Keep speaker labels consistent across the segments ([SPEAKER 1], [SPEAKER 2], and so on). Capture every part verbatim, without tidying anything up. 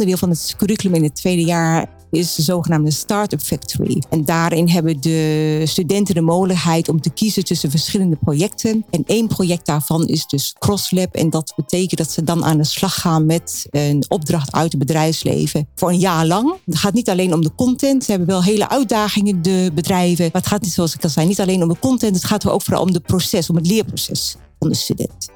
[SPEAKER 1] onderdeel van het curriculum in het tweede jaar is de zogenaamde Startup Factory. En daarin hebben de studenten de mogelijkheid om te kiezen tussen verschillende projecten. En één project daarvan is dus CrossLab. En dat betekent dat ze dan aan de slag gaan met een opdracht uit het bedrijfsleven voor een jaar lang. Het gaat niet alleen om de content. Ze hebben wel hele uitdagingen, de bedrijven. Maar het gaat niet, zoals ik al zei, niet alleen om de content. Het gaat ook vooral om het proces, om het leerproces van de student.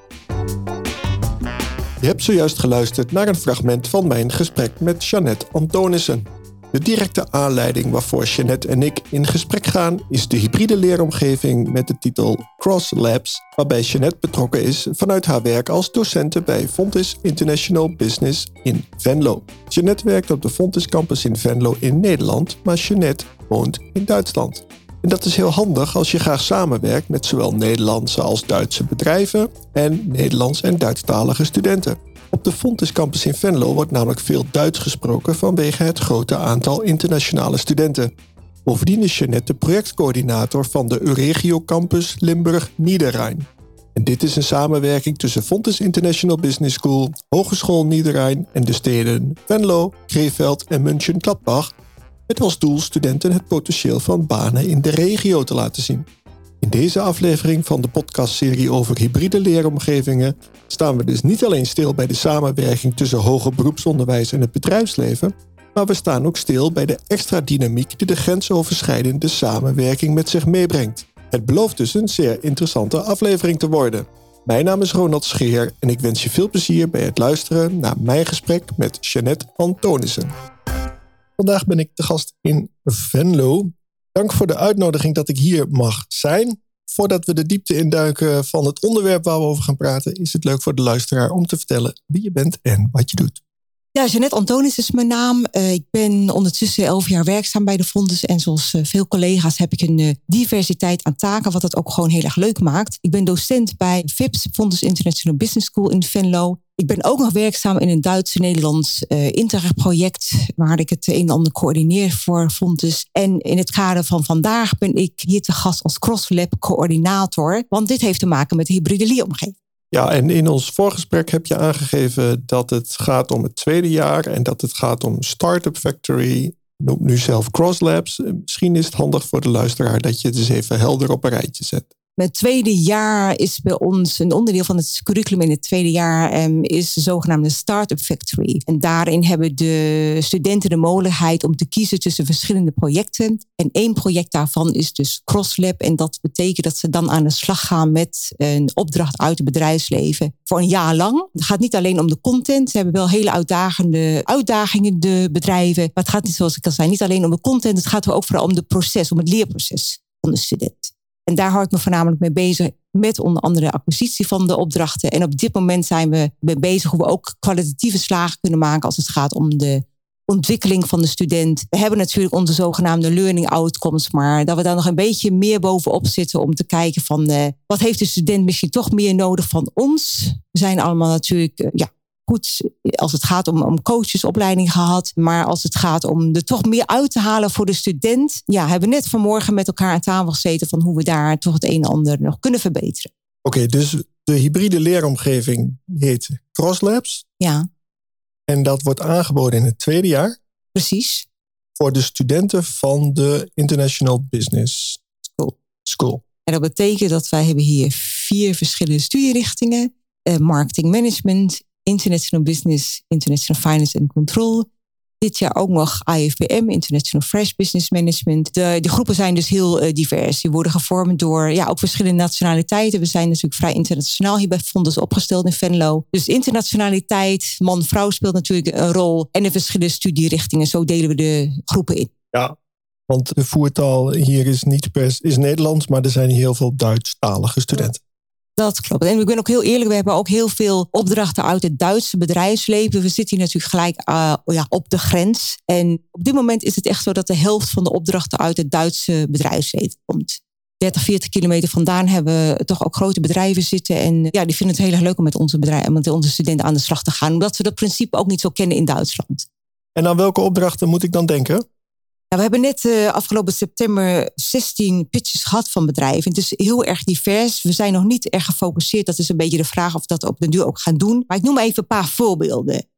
[SPEAKER 2] Je hebt zojuist geluisterd naar een fragment van mijn gesprek met Jeanette Antonissen. De directe aanleiding waarvoor Jeanette en ik in gesprek gaan is de hybride leeromgeving met de titel Cross Labs, waarbij Jeanette betrokken is vanuit haar werk als docente bij Fontys International Business in Venlo. Jeanette werkt op de Fontys Campus in Venlo in Nederland, maar Jeanette woont in Duitsland. En dat is heel handig als je graag samenwerkt met zowel Nederlandse als Duitse bedrijven en Nederlands- en Duitsstalige studenten. Op de Fontys Campus in Venlo wordt namelijk veel Duits gesproken vanwege het grote aantal internationale studenten. Bovendien is Jeanette de projectcoördinator van de Euregio Campus Limburg-Niederrhein. En dit is een samenwerking tussen Fontys International Business School, Hogeschool Niederrhein en de steden Venlo, Krefeld en München-Gladbach, met als doel studenten het potentieel van banen in de regio te laten zien. In deze aflevering van de podcastserie over hybride leeromgevingen staan we dus niet alleen stil bij de samenwerking tussen hoger beroepsonderwijs en het bedrijfsleven, maar we staan ook stil bij de extra dynamiek die de grensoverschrijdende samenwerking met zich meebrengt. Het belooft dus een zeer interessante aflevering te worden. Mijn naam is Ronald Scheer en ik wens je veel plezier bij het luisteren naar mijn gesprek met Jeanette Antonissen. Vandaag ben ik de gast in Venlo. Dank voor de uitnodiging dat ik hier mag zijn. Voordat we de diepte induiken van het onderwerp waar we over gaan praten, is het leuk voor de luisteraar om te vertellen wie je bent en wat je doet.
[SPEAKER 1] Ja, Jeanette Antonissen is mijn naam. Uh, ik ben ondertussen elf jaar werkzaam bij de Fontys. En zoals uh, veel collega's heb ik een uh, diversiteit aan taken, wat het ook gewoon heel erg leuk maakt. Ik ben docent bij F I B S, Fontys International Business School in Venlo. Ik ben ook nog werkzaam in een Duits-Nederlands uh, Interreg-project, waar ik het een en ander coördineer voor Fontys. En in het kader van vandaag ben ik hier te gast als CrossLab-coördinator, want dit heeft te maken met de hybride leeromgeving.
[SPEAKER 2] Ja, en in ons voorgesprek heb je aangegeven dat het gaat om het tweede jaar en dat het gaat om Startup Factory. Noem nu zelf Cross Labs. Misschien is het handig voor de luisteraar dat je het eens even helder op een rijtje zet.
[SPEAKER 1] Het tweede jaar is bij ons een onderdeel van het curriculum in het tweede jaar um, is de zogenaamde Startup Factory. En daarin hebben de studenten de mogelijkheid om te kiezen tussen verschillende projecten. En één project daarvan is dus CrossLab. En dat betekent dat ze dan aan de slag gaan met een opdracht uit het bedrijfsleven voor een jaar lang. Het gaat niet alleen om de content. Ze hebben wel hele uitdagende uitdagingen, de bedrijven. Maar het gaat niet, zoals ik al zei, niet alleen om de content. Het gaat ook vooral om het proces, om het leerproces van de student. En daar hou ik me voornamelijk mee bezig met onder andere de acquisitie van de opdrachten. En op dit moment zijn we mee bezig hoe we ook kwalitatieve slagen kunnen maken als het gaat om de ontwikkeling van de student. We hebben natuurlijk onze zogenaamde learning outcomes, maar dat we daar nog een beetje meer bovenop zitten om te kijken van uh, wat heeft de student misschien toch meer nodig van ons. We zijn allemaal natuurlijk uh, ja, goed als het gaat om, om coachesopleiding gehad. Maar als het gaat om er toch meer uit te halen voor de student. Ja, hebben we net vanmorgen met elkaar aan tafel gezeten van hoe we daar toch het een en ander nog kunnen verbeteren.
[SPEAKER 2] Oké, okay, dus de hybride leeromgeving heet Cross Labs.
[SPEAKER 1] Ja.
[SPEAKER 2] En dat wordt aangeboden in het tweede jaar.
[SPEAKER 1] Precies.
[SPEAKER 2] Voor de studenten van de International Business School. School.
[SPEAKER 1] En dat betekent dat wij hebben hier vier verschillende studierichtingen. Uh, marketing management, International Business, International Finance and Control. Dit jaar ook nog I F B M, International Fresh Business Management. De, de groepen zijn dus heel uh, divers. Die worden gevormd door ja, ook verschillende nationaliteiten. We zijn natuurlijk vrij internationaal hier bij Fontys opgesteld in Venlo. Dus internationaliteit, man-vrouw speelt natuurlijk een rol. En de verschillende studierichtingen, zo delen we de groepen in.
[SPEAKER 2] Ja, want de voertaal hier is niet per is Nederlands, maar er zijn hier heel veel Duitsstalige studenten.
[SPEAKER 1] Dat klopt. En ik ben ook heel eerlijk, we hebben ook heel veel opdrachten uit het Duitse bedrijfsleven. We zitten hier natuurlijk gelijk uh, ja, op de grens. En op dit moment is het echt zo dat de helft van de opdrachten uit het Duitse bedrijfsleven komt. dertig, veertig kilometer vandaan hebben we toch ook grote bedrijven zitten. En ja, die vinden het heel erg leuk om met onze, bedrijven, met onze studenten aan de slag te gaan. Omdat ze dat principe ook niet zo kennen in Duitsland.
[SPEAKER 2] En aan welke opdrachten moet ik dan denken?
[SPEAKER 1] Nou, we hebben net uh, afgelopen september zestien pitches gehad van bedrijven. Het is heel erg divers. We zijn nog niet erg gefocust. Dat is een beetje de vraag of we dat op de duur ook gaan doen. Maar ik noem even een paar voorbeelden.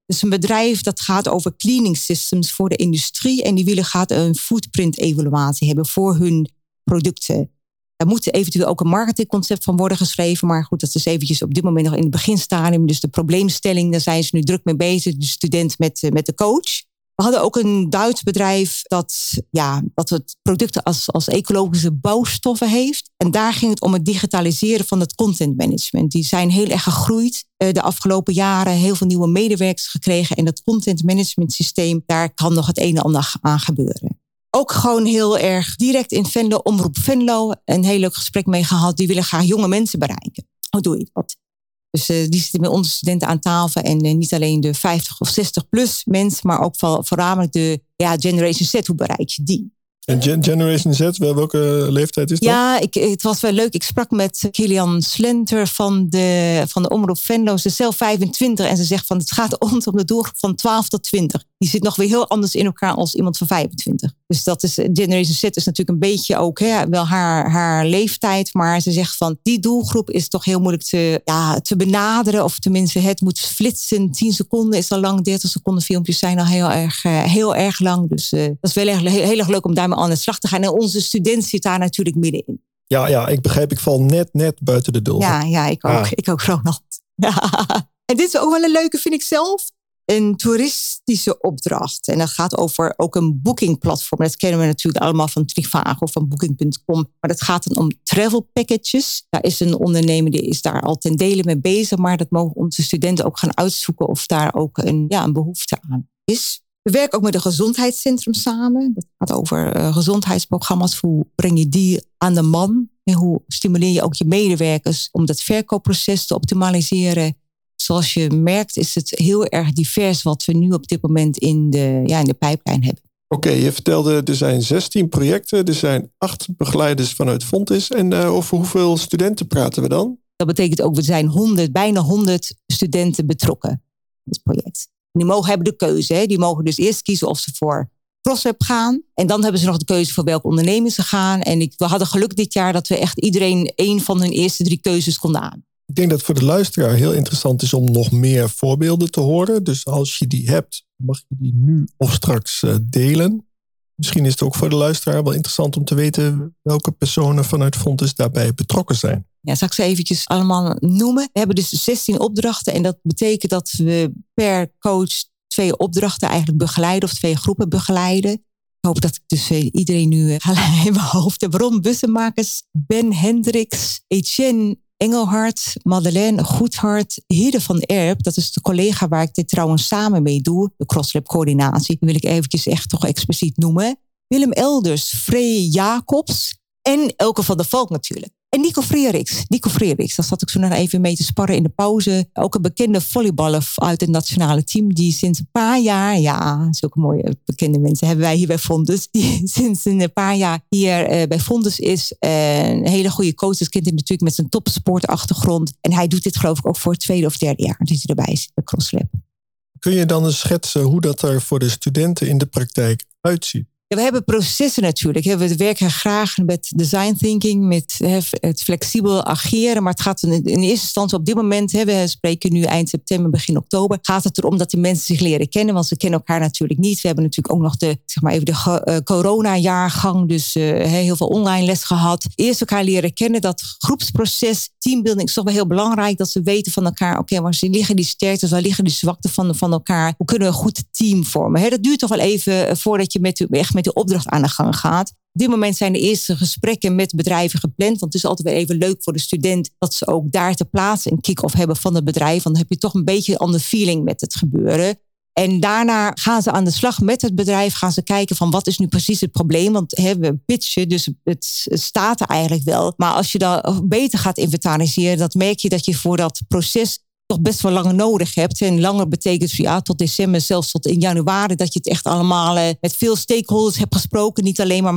[SPEAKER 1] Dus een bedrijf dat gaat over cleaning systems voor de industrie. En die willen gaat een footprint evaluatie hebben voor hun producten. Er moet eventueel ook een marketingconcept van worden geschreven. Maar goed, dat is eventjes op dit moment nog in het beginstadium. Dus de probleemstelling, daar zijn ze nu druk mee bezig. De student met, met de coach. We hadden ook een Duits bedrijf dat, ja, dat het producten als, als ecologische bouwstoffen heeft. En daar ging het om het digitaliseren van het content management. Die zijn heel erg gegroeid de afgelopen jaren. Heel veel nieuwe medewerkers gekregen. En dat content management systeem, daar kan nog het een en ander aan gebeuren. Ook gewoon heel erg direct in Venlo, Omroep Venlo. Een heel leuk gesprek mee gehad. Die willen graag jonge mensen bereiken. Hoe doe je dat? Dus uh, die zitten met onze studenten aan tafel. En uh, niet alleen de vijftig of zestig plus mensen, maar ook vo- voornamelijk de ja, Generation Z. Hoe bereik je die?
[SPEAKER 2] En Gen- Generation Z, welke leeftijd is dat?
[SPEAKER 1] Ja, ik, het was wel leuk. Ik sprak met Kilian Slenter van de, van de Omroep Venlo. Ze is zelf vijfentwintig en ze zegt van het gaat ons om de doelgroep van twaalf tot twintig. Die zit nog weer heel anders in elkaar als iemand van vijfentwintig. Dus dat is, Generation Z is natuurlijk een beetje ook hè, wel haar, haar leeftijd. Maar ze zegt van die doelgroep is toch heel moeilijk te, ja, te benaderen. Of tenminste het moet flitsen. tien seconden is al lang, dertig seconden filmpjes zijn al heel erg, uh, heel erg lang. Dus uh, dat is wel heel, heel, heel erg leuk om daarmee aan de slag te gaan. En onze student zit daar natuurlijk middenin.
[SPEAKER 2] Ja, ja, ik begrijp, ik val net, net buiten de doel.
[SPEAKER 1] Ja, ja, ik ook. Ah. Ik ook, Ronald. Ja. En dit is ook wel een leuke, vind ik zelf. Een toeristische opdracht. En dat gaat over ook een bookingplatform. Dat kennen we natuurlijk allemaal van Trivago of van booking punt com. Maar dat gaat dan om travel packages. Daar is een ondernemer die is daar al ten dele mee bezig. Maar dat mogen onze studenten ook gaan uitzoeken of daar ook een, ja, een behoefte aan is. We werken ook met een gezondheidscentrum samen. Dat gaat over uh, gezondheidsprogramma's. Hoe breng je die aan de man? En hoe stimuleer je ook je medewerkers om dat verkoopproces te optimaliseren? Zoals je merkt is het heel erg divers wat we nu op dit moment in de, ja, in de pijplijn hebben.
[SPEAKER 2] Oké, okay, je vertelde er zijn zestien projecten. Er zijn acht begeleiders vanuit Fontis. En uh, over hoeveel studenten praten we dan?
[SPEAKER 1] Dat betekent ook, we zijn honderd, bijna honderd studenten betrokken in het project. Die mogen hebben de keuze. Hè? Die mogen dus eerst kiezen of ze voor CrossLab gaan. En dan hebben ze nog de keuze voor welke onderneming ze gaan. En ik, we hadden geluk dit jaar dat we echt iedereen één van hun eerste drie keuzes konden aan.
[SPEAKER 2] Ik denk dat het voor de luisteraar heel interessant is om nog meer voorbeelden te horen. Dus als je die hebt, mag je die nu of straks delen. Misschien is het ook voor de luisteraar wel interessant om te weten welke personen vanuit Fontis daarbij betrokken zijn.
[SPEAKER 1] Ja, zal ik ze eventjes allemaal noemen. We hebben dus zestien opdrachten en dat betekent dat we per coach twee opdrachten eigenlijk begeleiden of twee groepen begeleiden. Ik hoop dat ik dus iedereen nu in mijn hoofd heb. Ron Bussenmakers, Ben Hendricks, Etienne Engelhard, Madeleine Goedhart, Hidde van Erp. Dat is de collega waar ik dit trouwens samen mee doe. De CrossLab coördinatie. Die wil ik eventjes echt toch expliciet noemen. Willem Elders, Free Jacobs en Elke van der Valk natuurlijk. En Nico Freeriks. Nico Freeriks, daar zat ik zo nog even mee te sparren in de pauze. Ook een bekende volleyballer uit het nationale team. Die sinds een paar jaar, ja, zulke mooie bekende mensen hebben wij hier bij Fontis. Die sinds een paar jaar hier uh, bij Fontis is. Uh, een hele goede coach. Dat kent hij natuurlijk met zijn topsportachtergrond. En hij doet dit geloof ik ook voor het tweede of derde jaar. Dat hij erbij zit bij CrossLab.
[SPEAKER 2] Kun je dan eens schetsen hoe dat er voor de studenten in de praktijk uitziet?
[SPEAKER 1] Ja, we hebben processen natuurlijk. We werken graag met design thinking, met het flexibel ageren. Maar het gaat in eerste instantie op dit moment, we spreken nu eind september, begin oktober, gaat het erom dat de mensen zich leren kennen. Want ze kennen elkaar natuurlijk niet. We hebben natuurlijk ook nog de, zeg maar even de uh, corona-jaargang, dus uh, heel veel online les gehad. Eerst elkaar leren kennen, dat groepsproces, teambuilding is toch wel heel belangrijk. Dat ze weten van elkaar, oké, okay, waar liggen die sterktes, waar liggen die zwakten van, van elkaar? Hoe kunnen we een goed team vormen? He, dat duurt toch wel even voordat je met, echt met de opdracht aan de gang gaat. Op dit moment zijn de eerste gesprekken met bedrijven gepland. Want het is altijd weer even leuk voor de student dat ze ook daar ter plaatse een kick-off hebben van het bedrijf. Want dan heb je toch een beetje een andere feeling met het gebeuren. En daarna gaan ze aan de slag met het bedrijf. Gaan ze kijken van wat is nu precies het probleem. Want he, we pitchen, dus het staat er eigenlijk wel. Maar als je dan beter gaat inventariseren, dan merk je dat je voor dat proces toch best wel langer nodig hebt. En langer betekent ja, tot december, zelfs tot in januari, dat je het echt allemaal uh, met veel stakeholders hebt gesproken. Niet alleen maar met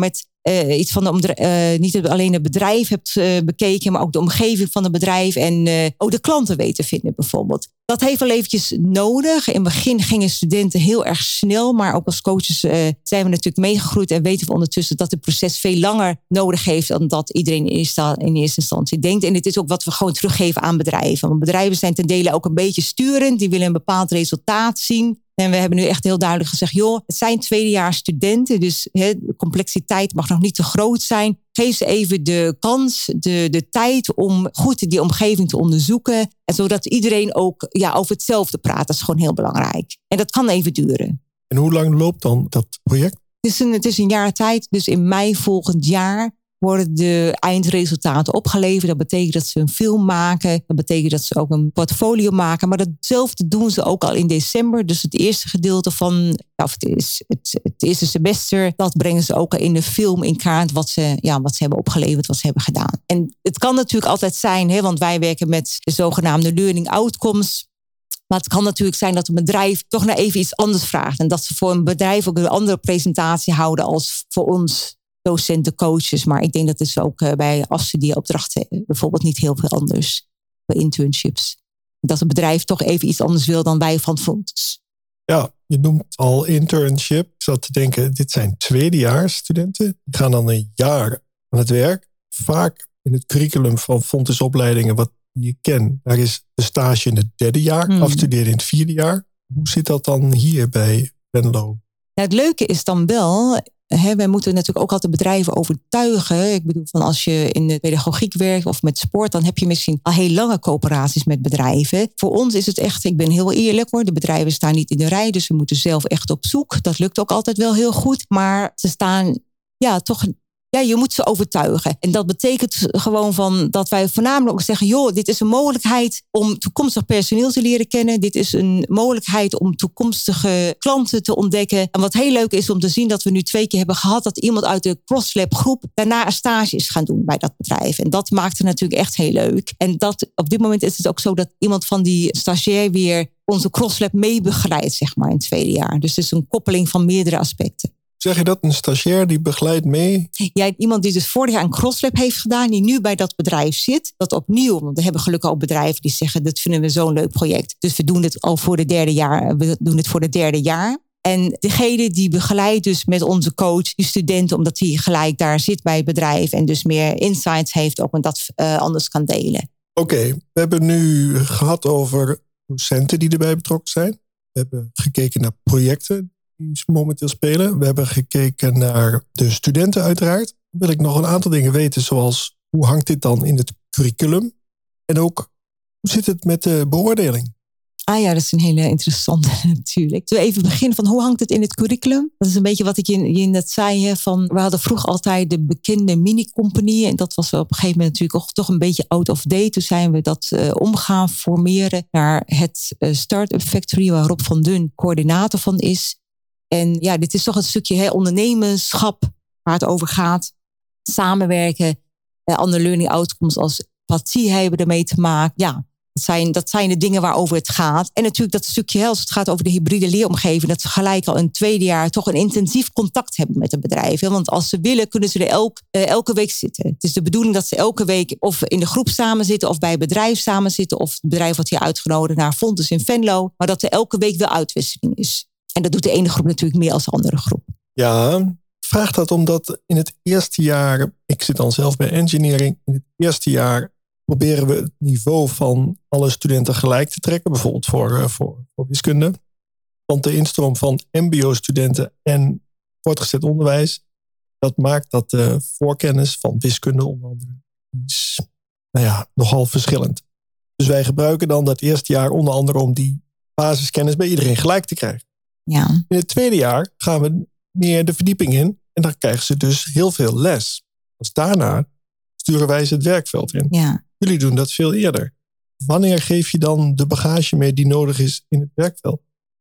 [SPEAKER 1] uh, iets van de omdre- uh, niet alleen het bedrijf hebt uh, bekeken, maar ook de omgeving van het bedrijf en uh, ook de klanten weet te vinden bijvoorbeeld. Dat heeft wel eventjes nodig. In het begin gingen studenten heel erg snel, maar ook als coaches uh, zijn we natuurlijk meegegroeid en weten we ondertussen dat het proces veel langer nodig heeft dan dat iedereen in eerste, in eerste instantie denkt. En dit is ook wat we gewoon teruggeven aan bedrijven. Want bedrijven zijn ten dele ook een beetje sturend, die willen een bepaald resultaat zien. En we hebben nu echt heel duidelijk gezegd, joh, het zijn tweedejaars studenten, dus he, de complexiteit mag nog niet te groot zijn. Geef ze even de kans, de, de tijd om goed die omgeving te onderzoeken. En zodat iedereen ook ja, over hetzelfde praat, dat is gewoon heel belangrijk. En dat kan even duren.
[SPEAKER 2] En hoe lang loopt dan dat project?
[SPEAKER 1] Het is een, het is een jaar tijd, dus in mei volgend jaar worden de eindresultaten opgeleverd. Dat betekent dat ze een film maken. Dat betekent dat ze ook een portfolio maken. Maar datzelfde doen ze ook al in december. Dus het eerste gedeelte van of het, is, het, het eerste semester, dat brengen ze ook al in de film in kaart wat ze, ja, wat ze hebben opgeleverd, wat ze hebben gedaan. En het kan natuurlijk altijd zijn, hè, want wij werken met de zogenaamde learning outcomes. Maar het kan natuurlijk zijn dat een bedrijf toch naar even iets anders vraagt. En dat ze voor een bedrijf ook een andere presentatie houden als voor ons docenten, coaches. Maar ik denk dat het ook bij afstudeeropdrachten bijvoorbeeld niet heel veel anders. Bij internships. Dat een bedrijf toch even iets anders wil dan wij van Fontes.
[SPEAKER 2] Ja, je noemt al internship. Ik zat te denken, dit zijn tweedejaarsstudenten. Die gaan dan een jaar aan het werk. Vaak in het curriculum van Fontes opleidingen wat je kent. Daar is de stage in het derde jaar. Hmm. Afstuderen in het vierde jaar. Hoe zit dat dan hier bij Venlo?
[SPEAKER 1] Nou, het leuke is dan wel, He, wij moeten natuurlijk ook altijd bedrijven overtuigen. Ik bedoel, van als je in de pedagogiek werkt of met sport, dan heb je misschien al heel lange coöperaties met bedrijven. Voor ons is het echt, ik ben heel eerlijk hoor, de bedrijven staan niet in de rij, dus we moeten zelf echt op zoek. Dat lukt ook altijd wel heel goed, maar ze staan ja toch. Ja, je moet ze overtuigen. En dat betekent gewoon van dat wij voornamelijk ook zeggen, joh, dit is een mogelijkheid om toekomstig personeel te leren kennen. Dit is een mogelijkheid om toekomstige klanten te ontdekken. En wat heel leuk is om te zien dat we nu twee keer hebben gehad dat iemand uit de CrossLab groep daarna een stage is gaan doen bij dat bedrijf. En dat maakt het natuurlijk echt heel leuk. En dat op dit moment is het ook zo dat iemand van die stagiair weer onze CrossLab mee begeleidt, zeg maar, in het tweede jaar. Dus het is een koppeling van meerdere aspecten.
[SPEAKER 2] Zeg je dat, een stagiair die begeleidt mee?
[SPEAKER 1] Ja, iemand die dus vorig jaar een CrossLab heeft gedaan, die nu bij dat bedrijf zit. Dat opnieuw, want we hebben gelukkig ook bedrijven die zeggen, dat vinden we zo'n leuk project. Dus we doen het al voor de derde jaar. We doen het voor het derde jaar. En degene die begeleidt dus met onze coach, die studenten, omdat hij gelijk daar zit bij het bedrijf en dus meer insights heeft ook en dat uh, anders kan delen.
[SPEAKER 2] Oké, okay, we hebben nu gehad over docenten die erbij betrokken zijn. We hebben gekeken naar projecten die momenteel spelen. We hebben gekeken naar de studenten uiteraard. Dan wil ik nog een aantal dingen weten, zoals hoe hangt dit dan in het curriculum? En ook, hoe zit het met de beoordeling?
[SPEAKER 1] Ah ja, dat is een hele interessante natuurlijk. Zullen we even beginnen van hoe hangt het in het curriculum? Dat is een beetje wat ik je, je net zei. Hè, van, we hadden vroeger altijd de bekende mini-compagnie. En dat was op een gegeven moment natuurlijk ook toch een beetje out of date. Toen zijn we dat uh, om gaan formeren naar het uh, Startup Factory, waar Rob van Dun coördinator van is. En ja, dit is toch een stukje hè, ondernemerschap waar het over gaat. Samenwerken. Uh, andere learning outcomes als empathie hebben ermee te maken. Ja, dat zijn, dat zijn de dingen waarover het gaat. En natuurlijk dat stukje hè, als het gaat over de hybride leeromgeving. Dat ze gelijk al een tweede jaar toch een intensief contact hebben met het bedrijf. Hè? Want als ze willen kunnen ze er elk, uh, elke week zitten. Het is de bedoeling dat ze elke week of in de groep samen zitten. Of bij het bedrijf samen zitten. Of het bedrijf wordt hier uitgenodigd naar Fontes in Venlo. Maar dat er elke week wel uitwisseling is. En dat doet de ene groep natuurlijk meer als de andere groep.
[SPEAKER 2] Ja, ik vraag dat omdat in het eerste jaar, ik zit dan zelf bij engineering, in het eerste jaar proberen we het niveau van alle studenten gelijk te trekken. Bijvoorbeeld voor, voor, voor wiskunde. Want de instroom van mbo-studenten en voortgezet onderwijs, dat maakt dat de voorkennis van wiskunde onder andere is nou ja, nogal verschillend. Dus wij gebruiken dan dat eerste jaar onder andere om die basiskennis bij iedereen gelijk te krijgen.
[SPEAKER 1] Ja.
[SPEAKER 2] In het tweede jaar gaan we meer de verdieping in. En dan krijgen ze dus heel veel les. Als daarna sturen wij ze het werkveld in.
[SPEAKER 1] Ja.
[SPEAKER 2] Jullie doen dat veel eerder. Wanneer geef je dan de bagage mee die nodig is in het werkveld?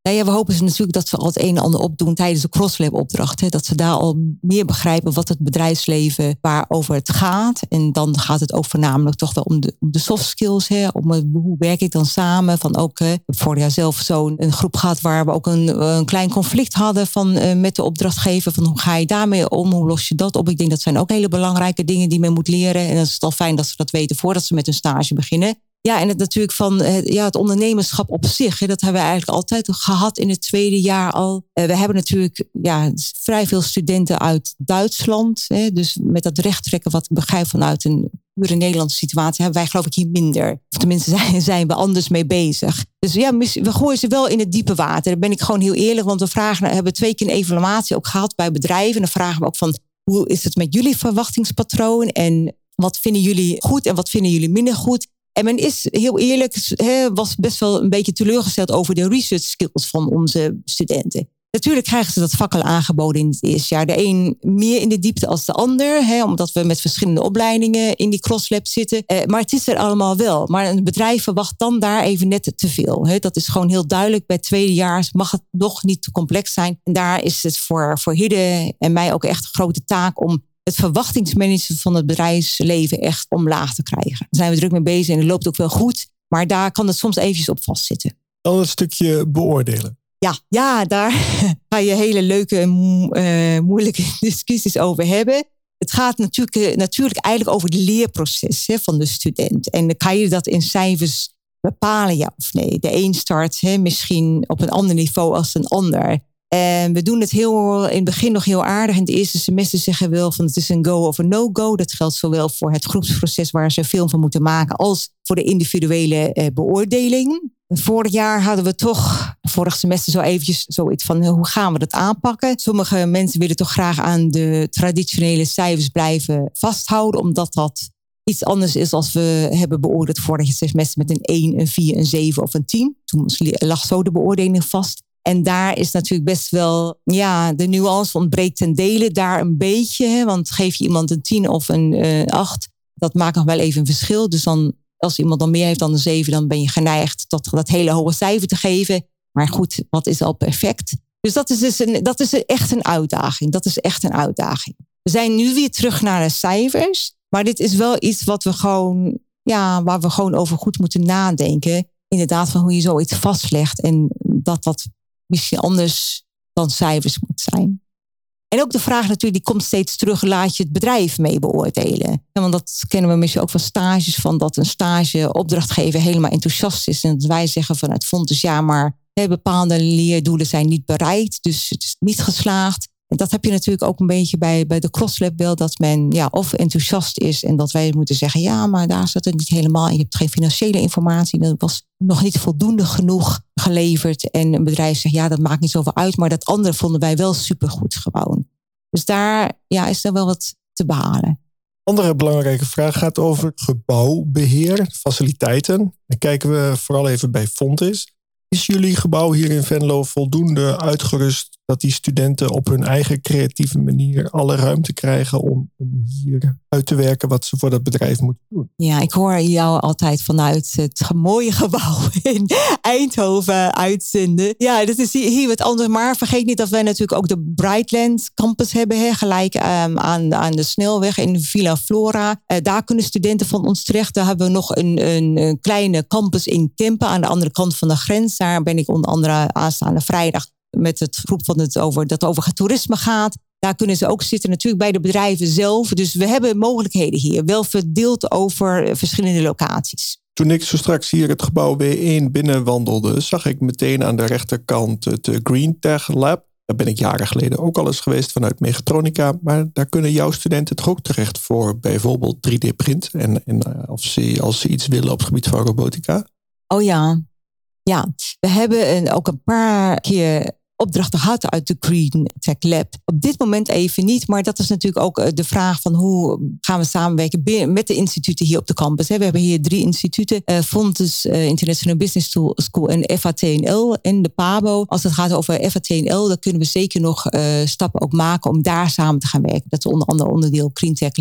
[SPEAKER 1] Nou ja, we hopen ze natuurlijk dat ze al het een en ander opdoen tijdens de CrossLab opdracht. Hè, dat ze daar al meer begrijpen wat het bedrijfsleven waarover het gaat. En dan gaat het ook voornamelijk toch wel om de, om de soft skills. Hè, om hoe werk ik dan samen. Van ook, hè, ik heb vorig jaar zelf zo'n een groep gehad waar we ook een, een klein conflict hadden van, uh, met de opdrachtgever. Van hoe ga je daarmee om? Hoe los je dat op? Ik denk dat zijn ook hele belangrijke dingen die men moet leren. En dat is al fijn dat ze dat weten voordat ze met hun stage beginnen. Ja, en het natuurlijk van het, ja, het ondernemerschap op zich. Hè, dat hebben we eigenlijk altijd gehad in het tweede jaar al. Uh, we hebben natuurlijk ja, vrij veel studenten uit Duitsland. Hè, dus met dat rechttrekken wat ik begrijp vanuit een pure Nederlandse situatie hebben wij geloof ik hier minder. Of tenminste zijn, zijn we anders mee bezig. Dus ja, we gooien ze wel in het diepe water. Daar ben ik gewoon heel eerlijk. Want we vragen, we hebben twee keer een evaluatie ook gehad bij bedrijven. En dan vragen we ook van, hoe is het met jullie verwachtingspatroon? En wat vinden jullie goed en wat vinden jullie minder goed? En men is heel eerlijk, he, was best wel een beetje teleurgesteld over de research skills van onze studenten. Natuurlijk krijgen ze dat vak al aangeboden in het eerste jaar. De een meer in de diepte als de ander, he, omdat we met verschillende opleidingen in die crosslab zitten. Eh, maar het is er allemaal wel. Maar een bedrijf verwacht dan daar even net te veel. He. Dat is gewoon heel duidelijk. Bij tweedejaars mag het nog niet te complex zijn. En daar is het voor, voor Hidde en mij ook echt een grote taak om het verwachtingsmanagement van het bedrijfsleven echt omlaag te krijgen. Daar zijn we druk mee bezig en het loopt ook wel goed. Maar daar kan het soms eventjes op vastzitten.
[SPEAKER 2] Dan het stukje beoordelen.
[SPEAKER 1] Ja, ja, daar ga je hele leuke en uh, moeilijke discussies over hebben. Het gaat natuurlijk, natuurlijk eigenlijk over het leerproces hè, van de student. En dan kan je dat in cijfers bepalen, ja of nee. De een start hè, misschien op een ander niveau als een ander. En we doen het heel, in het begin nog heel aardig. In het eerste semester zeggen we wel van het is een go of een no-go. Dat geldt zowel voor het groepsproces waar ze een film van moeten maken als voor de individuele eh, beoordeling. Vorig jaar hadden we toch, vorig semester zo eventjes zoiets van hoe gaan we dat aanpakken. Sommige mensen willen toch graag aan de traditionele cijfers blijven vasthouden. Omdat dat iets anders is als we hebben beoordeeld vorig semester met een één, een vier, een zeven of een tien. Toen lag zo de beoordeling vast. En daar is natuurlijk best wel, ja, de nuance ontbreekt ten dele daar een beetje. Hè, want geef je iemand een tien of een uh, acht, dat maakt nog wel even een verschil. Dus dan, als iemand dan meer heeft dan een zeven, dan ben je geneigd tot dat hele hoge cijfer te geven. Maar goed, wat is al perfect? Dus dat is, dus een, dat is echt een uitdaging. Dat is echt een uitdaging. We zijn nu weer terug naar de cijfers. Maar dit is wel iets wat we gewoon, ja, waar we gewoon over goed moeten nadenken. Inderdaad, van hoe je zoiets vastlegt. En dat dat misschien anders dan cijfers moet zijn. En ook de vraag natuurlijk, die komt steeds terug, laat je het bedrijf mee beoordelen? Ja, want dat kennen we misschien ook van stages, van dat een stage opdrachtgever helemaal enthousiast is. En dat wij zeggen van het fonds, ja, maar hè, bepaalde leerdoelen zijn niet bereikt, dus het is niet geslaagd. En dat heb je natuurlijk ook een beetje bij, bij de CrossLab wel, dat men ja, of enthousiast is en dat wij moeten zeggen, ja, maar daar zat het niet helemaal in. Je hebt geen financiële informatie, dat was nog niet voldoende genoeg geleverd. En een bedrijf zegt, ja, dat maakt niet zoveel uit, maar dat andere vonden wij wel supergoed gewoon. Dus daar ja, is er wel wat te behalen.
[SPEAKER 2] Andere belangrijke vraag gaat over gebouwbeheer, faciliteiten. Dan kijken we vooral even bij Fontys. Is jullie gebouw hier in Venlo voldoende uitgerust dat die studenten op hun eigen creatieve manier alle ruimte krijgen om, om hier uit te werken wat ze voor dat bedrijf moeten doen?
[SPEAKER 1] Ja, ik hoor jou altijd vanuit het mooie gebouw in Eindhoven uitzenden. Ja, dat is hier wat anders. Maar vergeet niet dat wij natuurlijk ook de Brightland campus hebben, hè, gelijk um, aan, aan de snelweg in Villa Flora. Uh, daar kunnen studenten van ons terecht. Daar hebben we nog een, een, een kleine campus in Kempen aan de andere kant van de grens. Daar ben ik onder andere aanstaande vrijdag met het groep van het over, dat over het toerisme gaat. Daar kunnen ze ook zitten, natuurlijk bij de bedrijven zelf. Dus we hebben mogelijkheden hier, wel verdeeld over verschillende locaties.
[SPEAKER 2] Toen ik zo straks hier het gebouw W één binnenwandelde, zag ik meteen aan de rechterkant het Green Tech Lab. Daar ben ik jaren geleden ook al eens geweest vanuit Mechatronica. Maar daar kunnen jouw studenten toch ook terecht voor bijvoorbeeld drie D print. En, en of ze, als ze iets willen op het gebied van robotica.
[SPEAKER 1] Oh ja, ja. We hebben een, ook een paar keer opdrachten gehad uit de Green Tech Lab. Op dit moment even niet, maar dat is natuurlijk ook de vraag van hoe gaan we samenwerken met de instituten hier op de campus. We hebben hier drie instituten, Fontys International Business School en F A T N L en de Pabo. Als het gaat over F A T N L, dan kunnen we zeker nog uh, stappen ook maken om daar samen te gaan werken. Dat is onder andere onderdeel Green Tech Lab.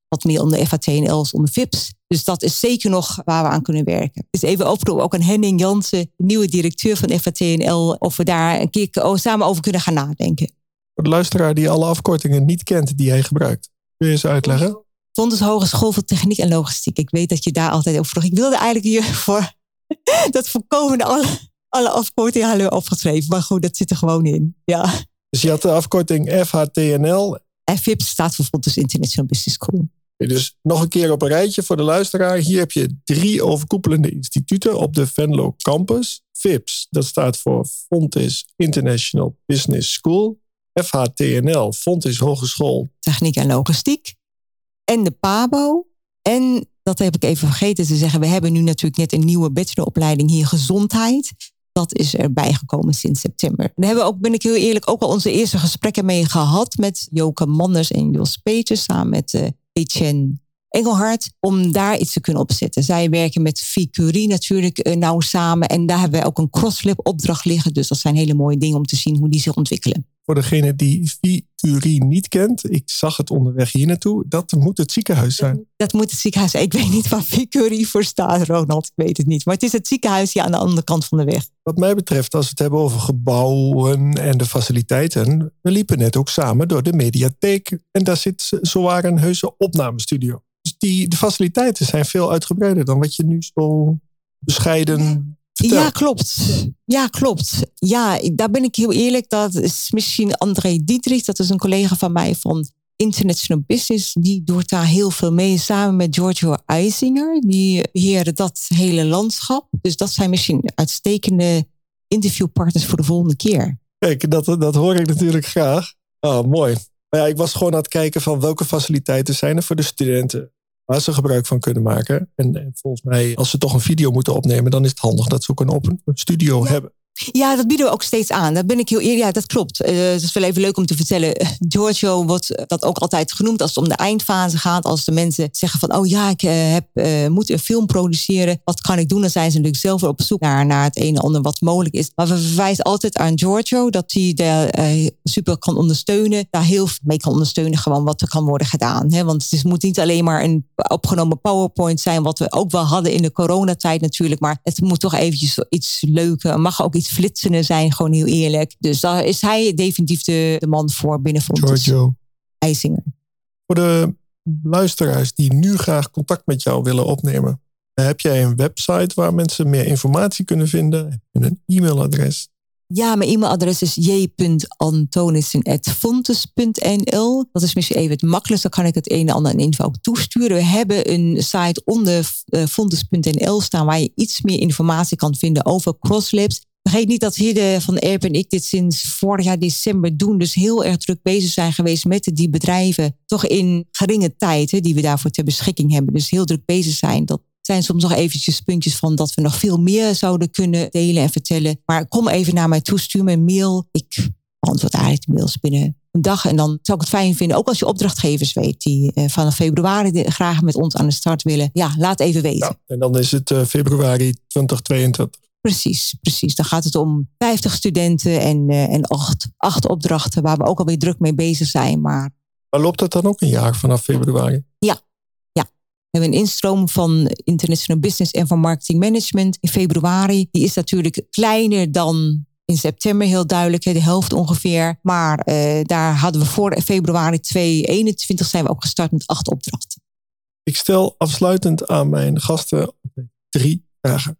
[SPEAKER 1] wat meer onder F H T N L als onder V I P S. Dus dat is zeker nog waar we aan kunnen werken. Dus even oproepen ook aan Henning Jansen, nieuwe directeur van F H T N L, of we daar een keer samen over kunnen gaan nadenken.
[SPEAKER 2] Voor de luisteraar die alle afkortingen niet kent die hij gebruikt, kun je eens uitleggen?
[SPEAKER 1] Fontes Hogeschool voor Techniek en Logistiek. Ik weet dat je daar altijd over vroeg. Ik wilde eigenlijk hiervoor dat voorkomen alle, alle afkortingen hadden opgeschreven. Maar goed, dat zit er gewoon in. Ja.
[SPEAKER 2] Dus je had de afkorting F H T N L.
[SPEAKER 1] En V I P S staat voor Fontes International Business School.
[SPEAKER 2] Dus nog een keer op een rijtje voor de luisteraar. Hier heb je drie overkoepelende instituten op de Venlo campus. V I P S, dat staat voor Fontes International Business School. F H T N L, Fontes Hogeschool
[SPEAKER 1] Techniek en Logistiek. En de P A B O. En, dat heb ik even vergeten te zeggen, we hebben nu natuurlijk net een nieuwe bacheloropleiding hier, gezondheid. Dat is erbij gekomen sinds september. Daar hebben we ook, ben ik heel eerlijk, ook al onze eerste gesprekken mee gehad met Joke Manders en Jos Peters, samen met uh, Etienne Engelhard, om daar iets te kunnen opzetten. Zij werken met V Curie natuurlijk uh, nauw samen. En daar hebben wij ook een CrossLab opdracht liggen. Dus dat zijn hele mooie dingen om te zien hoe die zich ontwikkelen.
[SPEAKER 2] Voor degene die V Curie niet kent, ik zag het onderweg hier naartoe, dat moet het ziekenhuis zijn.
[SPEAKER 1] Dat moet het ziekenhuis zijn. Ik weet niet waar V Curie voor staat, Ronald. Ik weet het niet. Maar het is het ziekenhuis hier aan de andere kant van de weg.
[SPEAKER 2] Wat mij betreft, als we het hebben over gebouwen en de faciliteiten, we liepen net ook samen door de mediatheek. En daar zit zowaar een heuse opnamestudio. Dus die, de faciliteiten zijn veel uitgebreider dan wat je nu zo bescheiden... Vertel.
[SPEAKER 1] Ja, klopt. Ja, klopt. Ja, daar ben ik heel eerlijk. Dat is misschien André Dietrich. Dat is een collega van mij van International Business. Die doet daar heel veel mee. Samen met Giorgio Eisinger. Die beheren dat hele landschap. Dus dat zijn misschien uitstekende interviewpartners voor de volgende keer.
[SPEAKER 2] Kijk, dat, dat hoor ik natuurlijk graag. Oh, mooi. Maar ja, ik was gewoon aan het kijken van welke faciliteiten zijn er voor de studenten waar ze gebruik van kunnen maken. En, en volgens mij, als ze toch een video moeten opnemen, dan is het handig dat ze ook een, op een studio
[SPEAKER 1] ja.
[SPEAKER 2] hebben.
[SPEAKER 1] Ja, dat bieden we ook steeds aan. Dat ben ik heel eerlijk. Ja, dat klopt. Uh, het is wel even leuk om te vertellen. Giorgio wordt dat ook altijd genoemd als het om de eindfase gaat. Als de mensen zeggen van, oh ja, ik uh, heb, uh, moet een film produceren. Wat kan ik doen? Dan zijn ze natuurlijk zelf op zoek naar, naar het een en ander wat mogelijk is. Maar we verwijzen altijd aan Giorgio dat hij daar uh, super kan ondersteunen. Daar heel veel mee kan ondersteunen gewoon wat er kan worden gedaan. Hè? Want het is, moet niet alleen maar een opgenomen PowerPoint zijn, wat we ook wel hadden in de coronatijd natuurlijk. Maar het moet toch eventjes iets leuker. Mag ook iets flitsende zijn, gewoon heel eerlijk. Dus daar is hij definitief de, de man voor binnen Fontes.
[SPEAKER 2] Giorgio
[SPEAKER 1] Eisinger.
[SPEAKER 2] Voor de luisteraars die nu graag contact met jou willen opnemen, heb jij een website waar mensen meer informatie kunnen vinden? Heb je een e-mailadres?
[SPEAKER 1] Ja, mijn e-mailadres is j punt antonissen at fontes punt n l. Dat is misschien even het makkelijkste. Dan kan ik het een en ander in info ook toesturen. We hebben een site onder uh, fontes punt n l staan waar je iets meer informatie kan vinden over CrossLabs. Vergeet niet dat Hidde van Erp en ik dit sinds vorig jaar december doen. Dus heel erg druk bezig zijn geweest met die bedrijven. Toch in geringe tijd hè, die we daarvoor ter beschikking hebben. Dus heel druk bezig zijn. Dat zijn soms nog eventjes puntjes van dat we nog veel meer zouden kunnen delen en vertellen. Maar kom even naar mij toe, stuur me een mail. Ik beantwoord eigenlijk de mails binnen een dag. En dan zou ik het fijn vinden, ook als je opdrachtgevers weet die uh, vanaf februari graag met ons aan de start willen. Ja, laat even weten.
[SPEAKER 2] Ja, en dan is het uh, februari twintig tweeëntwintig.
[SPEAKER 1] Precies, precies. Dan gaat het om vijftig studenten en, uh, en acht, acht opdrachten waar we ook alweer druk mee bezig zijn. Maar,
[SPEAKER 2] maar loopt dat dan ook een jaar vanaf februari?
[SPEAKER 1] Ja, ja. We hebben een instroom van International Business en van Marketing Management in februari. Die is natuurlijk kleiner dan in september, heel duidelijk, de helft ongeveer. Maar uh, daar hadden we voor februari tweeduizend eenentwintig zijn we ook gestart met acht opdrachten.
[SPEAKER 2] Ik stel afsluitend aan mijn gasten drie vragen.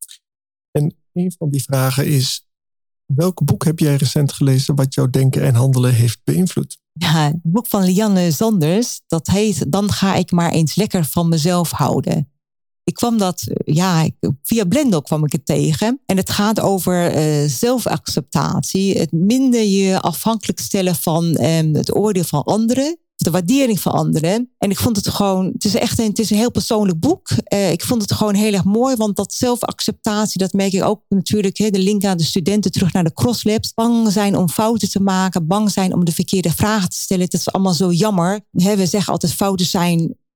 [SPEAKER 2] En een van die vragen is, welk boek heb jij recent gelezen wat jouw denken en handelen heeft beïnvloed?
[SPEAKER 1] Ja, het boek van Lianne Sanders, dat heet Dan ga ik maar eens lekker van mezelf houden. Ik kwam dat, ja, via Blendel kwam ik het tegen. En het gaat over uh, zelfacceptatie. Het minder je afhankelijk stellen van um, het oordeel van anderen. De waardering van anderen. En ik vond het gewoon, het is echt een, het is een heel persoonlijk boek. Uh, ik vond het gewoon heel erg mooi, want dat zelfacceptatie, dat merk ik ook natuurlijk. He, de link aan de studenten terug naar de CrossLabs. Bang zijn om fouten te maken, bang zijn om de verkeerde vragen te stellen. Dat is allemaal zo jammer. He, we zeggen altijd fouten zijn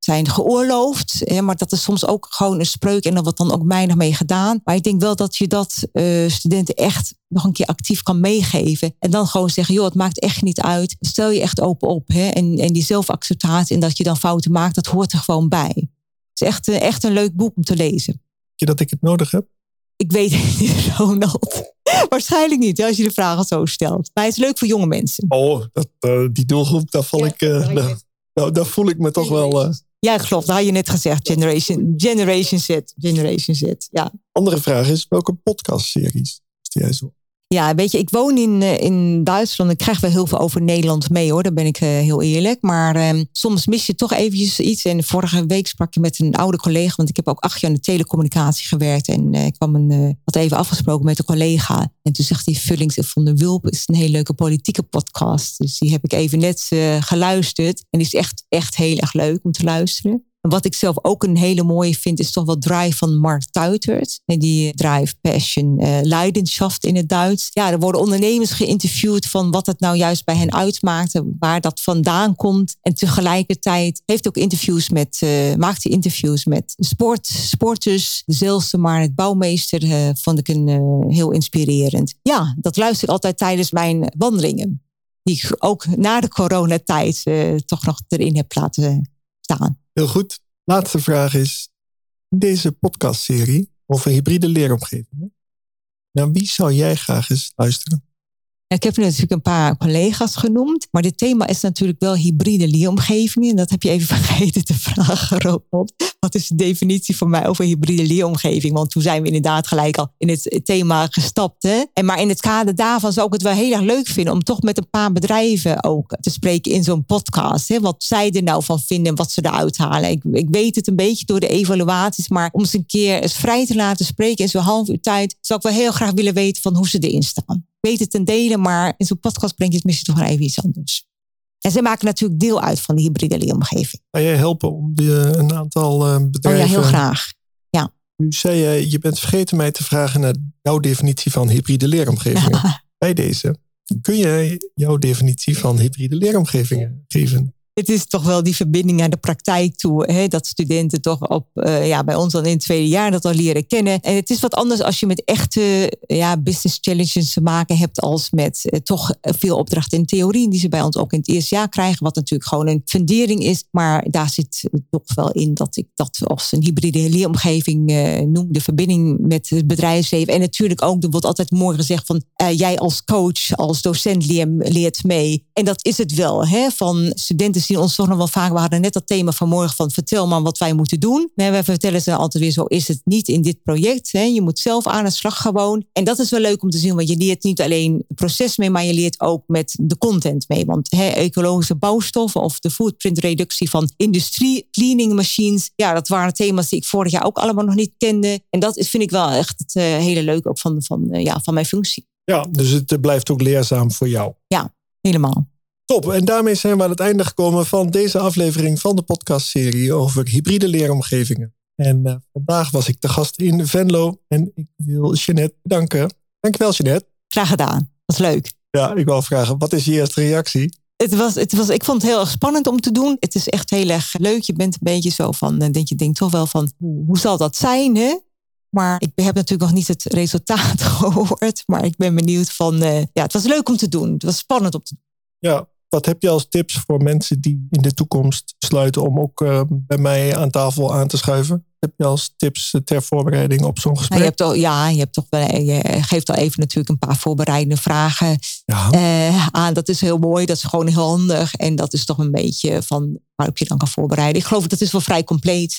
[SPEAKER 1] zijn geoorloofd. Hè, maar dat is soms ook gewoon een spreuk en er wordt dan ook weinig mee gedaan. Maar ik denk wel dat je dat uh, studenten echt nog een keer actief kan meegeven. En dan gewoon zeggen, joh, het maakt echt niet uit. Stel je echt open op. Hè, en, en die zelfacceptatie en dat je dan fouten maakt, dat hoort er gewoon bij. Het is echt, uh, echt een leuk boek om te lezen.
[SPEAKER 2] Denk je dat ik het nodig heb?
[SPEAKER 1] Ik weet het niet, Ronald. Waarschijnlijk niet, als je de vragen zo stelt. Maar het is leuk voor jonge mensen.
[SPEAKER 2] Oh, dat, uh, die doelgroep, daar, val ja, ik, uh, daar, nou, daar voel ik me toch wel... Uh...
[SPEAKER 1] Ja, klopt. Dat had je net gezegd. Generation, Generation Z. Generation Z, ja.
[SPEAKER 2] Andere vraag is, welke podcastseries is jij zo?
[SPEAKER 1] Ja, weet je, ik woon in, in Duitsland. Ik krijg wel heel veel over Nederland mee, hoor. Daar ben ik uh, heel eerlijk. Maar um, soms mis je toch eventjes iets. En vorige week sprak je met een oude collega. Want ik heb ook acht jaar in de telecommunicatie gewerkt. En uh, ik kwam een, uh, had even afgesproken met een collega. En toen zegt hij, Vullings en Van der Wulp is een hele leuke politieke podcast. Dus die heb ik even net uh, geluisterd. En die is echt, echt heel erg leuk om te luisteren. En wat ik zelf ook een hele mooie vind, is toch wel Drive van Mark Tuitert. En die Drive, Passion, uh, Leidenschaft in het Duits. Ja, er worden ondernemers geïnterviewd van wat het nou juist bij hen uitmaakt. Waar dat vandaan komt. En tegelijkertijd heeft ook interviews met, uh, maakt hij interviews met sport, sporters. Zelfs maar het bouwmeester uh, vond ik een uh, heel inspirerend. Ja, dat luister ik altijd tijdens mijn wandelingen. Die ik ook na de coronatijd uh, toch nog erin heb laten staan.
[SPEAKER 2] Heel goed. Laatste vraag is, in deze podcastserie over hybride leeromgevingen, naar wie zou jij graag eens luisteren?
[SPEAKER 1] Ik heb natuurlijk een paar collega's genoemd, maar dit thema is natuurlijk wel hybride leeromgevingen. Dat heb je even vergeten te vragen, Ronald. Wat is de definitie voor mij over hybride leeromgeving? Want toen zijn we inderdaad gelijk al in het thema gestapt. Hè? En maar in het kader daarvan zou ik het wel heel erg leuk vinden om toch met een paar bedrijven ook te spreken in zo'n podcast. Hè? Wat zij er nou van vinden en wat ze eruit halen. Ik, ik weet het een beetje door de evaluaties, maar om ze een keer eens vrij te laten spreken in zo'n half uur tijd, zou ik wel heel graag willen weten van hoe ze erin staan. Ik weet het ten dele, maar in zo'n podcast breng je het misschien toch wel even iets anders. En zij maken natuurlijk deel uit van de hybride leeromgeving.
[SPEAKER 2] Kan jij helpen om de, een aantal uh, bedrijven...
[SPEAKER 1] Oh ja, heel graag. Ja.
[SPEAKER 2] Nu zei je, je bent vergeten mij te vragen naar jouw definitie van hybride leeromgevingen. Ja. Bij deze, kun je jouw definitie van hybride leeromgevingen geven?
[SPEAKER 1] Het is toch wel die verbinding naar de praktijk toe. Hè? Dat studenten toch op, uh, ja, bij ons dan in het tweede jaar dat al leren kennen. En het is wat anders als je met echte ja, business challenges te maken hebt als met uh, toch veel opdrachten in theorie. Die ze bij ons ook in het eerste jaar krijgen. Wat natuurlijk gewoon een fundering is. Maar daar zit toch wel in dat ik dat als een hybride leeromgeving uh, noem. De verbinding met het bedrijfsleven. En natuurlijk ook, er wordt altijd mooi gezegd van uh, jij als coach, als docent leer, leert mee. En dat is het wel. Hè? Van studenten zien ons toch nog wel vaak. We hadden net dat thema vanmorgen van vertel maar wat wij moeten doen. We vertellen ze altijd weer zo is het niet in dit project. Hè? Je moet zelf aan de slag gewoon. En dat is wel leuk om te zien, want je leert niet alleen het proces mee, maar je leert ook met de content mee. Want hè, ecologische bouwstoffen of de footprintreductie van industrie, cleaning machines. Ja, dat waren thema's die ik vorig jaar ook allemaal nog niet kende. En dat is, vind ik wel echt het uh, hele leuk ook van, van, uh, ja, van mijn functie.
[SPEAKER 2] Ja, dus het blijft ook leerzaam voor jou.
[SPEAKER 1] Ja, helemaal.
[SPEAKER 2] Top, en daarmee zijn we aan het einde gekomen van deze aflevering van de podcastserie over hybride leeromgevingen. En uh, vandaag was ik de gast in Venlo en ik wil Jeanette bedanken. Dankjewel, Jeanette.
[SPEAKER 1] Graag gedaan, dat is leuk.
[SPEAKER 2] Ja, ik wil vragen, wat is je eerste reactie?
[SPEAKER 1] Het was, het was, ik vond het heel erg spannend om te doen. Het is echt heel erg leuk. Je bent een beetje zo van, dat je denkt toch wel van, hoe zal dat zijn, hè? Maar ik heb natuurlijk nog niet het resultaat gehoord. Maar ik ben benieuwd van, uh, ja, het was leuk om te doen. Het was spannend om te doen.
[SPEAKER 2] Ja. Wat heb je als tips voor mensen die in de toekomst besluiten om ook uh, bij mij aan tafel aan te schuiven? Heb je als tips ter voorbereiding op zo'n gesprek?
[SPEAKER 1] Ja, je hebt al, ja, je, hebt toch wel, je geeft al even natuurlijk een paar voorbereidende vragen ja. uh, aan. Dat is heel mooi, dat is gewoon heel handig. En dat is toch een beetje van waarop je dan kan voorbereiden. Ik geloof dat is wel vrij compleet.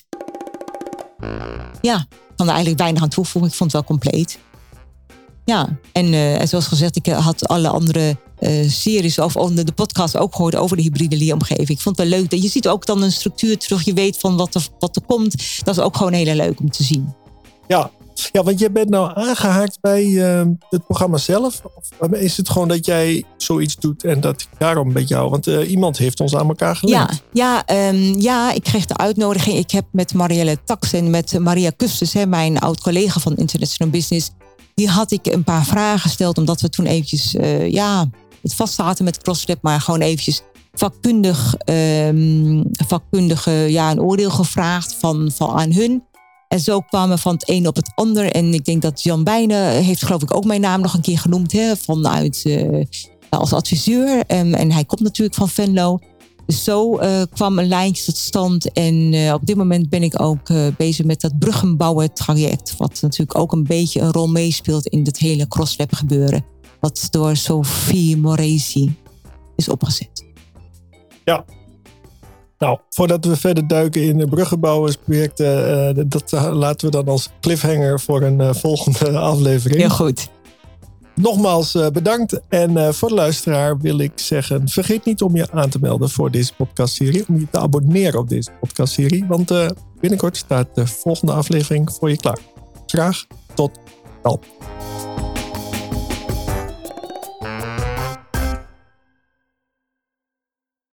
[SPEAKER 1] Ja, ik kan er eigenlijk weinig aan toevoegen. Ik vond het wel compleet. Ja, en, uh, en zoals gezegd, ik had alle andere uh, series of de podcast ook gehoord over de hybride leeromgeving. Ik vond het wel leuk. Je ziet ook dan een structuur terug. Je weet van wat er, wat er komt. Dat is ook gewoon heel leuk om te zien.
[SPEAKER 2] Ja, ja want je bent nou aangehaakt bij uh, het programma zelf. Of is het gewoon dat jij zoiets doet en dat ik daarom met jou... Want uh, iemand heeft ons aan elkaar gelinkt.
[SPEAKER 1] Ja, ja, um, ja, ik kreeg de uitnodiging. Ik heb met Marielle Tax en met Maria Kustus, hè, mijn oud-collega van International Business... Die had ik een paar vragen gesteld, omdat we toen eventjes uh, ja, het vastzaten met CrossLab, maar gewoon eventjes vakkundig, um, vakkundige ja, een oordeel gevraagd van, van aan hun. En zo kwamen we van het een op het ander. En ik denk dat Jan Bijnen heeft geloof ik ook mijn naam nog een keer genoemd. Hè, vanuit, uh, als adviseur. Um, en hij komt natuurlijk van Venlo. Dus zo uh, kwam een lijntje tot stand. En uh, op dit moment ben ik ook uh, bezig met dat bruggenbouwen traject. Wat natuurlijk ook een beetje een rol meespeelt in dit hele CrossLab gebeuren. Wat door Sophie Moresi is opgezet.
[SPEAKER 2] Ja. Nou, voordat we verder duiken in de bruggenbouwersprojecten, uh, dat uh, laten we dan als cliffhanger voor een uh, volgende aflevering.
[SPEAKER 1] Heel goed.
[SPEAKER 2] Nogmaals uh, bedankt. En uh, voor de luisteraar wil ik zeggen, vergeet niet om je aan te melden voor deze podcastserie. Om je te abonneren op deze podcastserie. Want uh, binnenkort staat de volgende aflevering voor je klaar. Graag tot dan.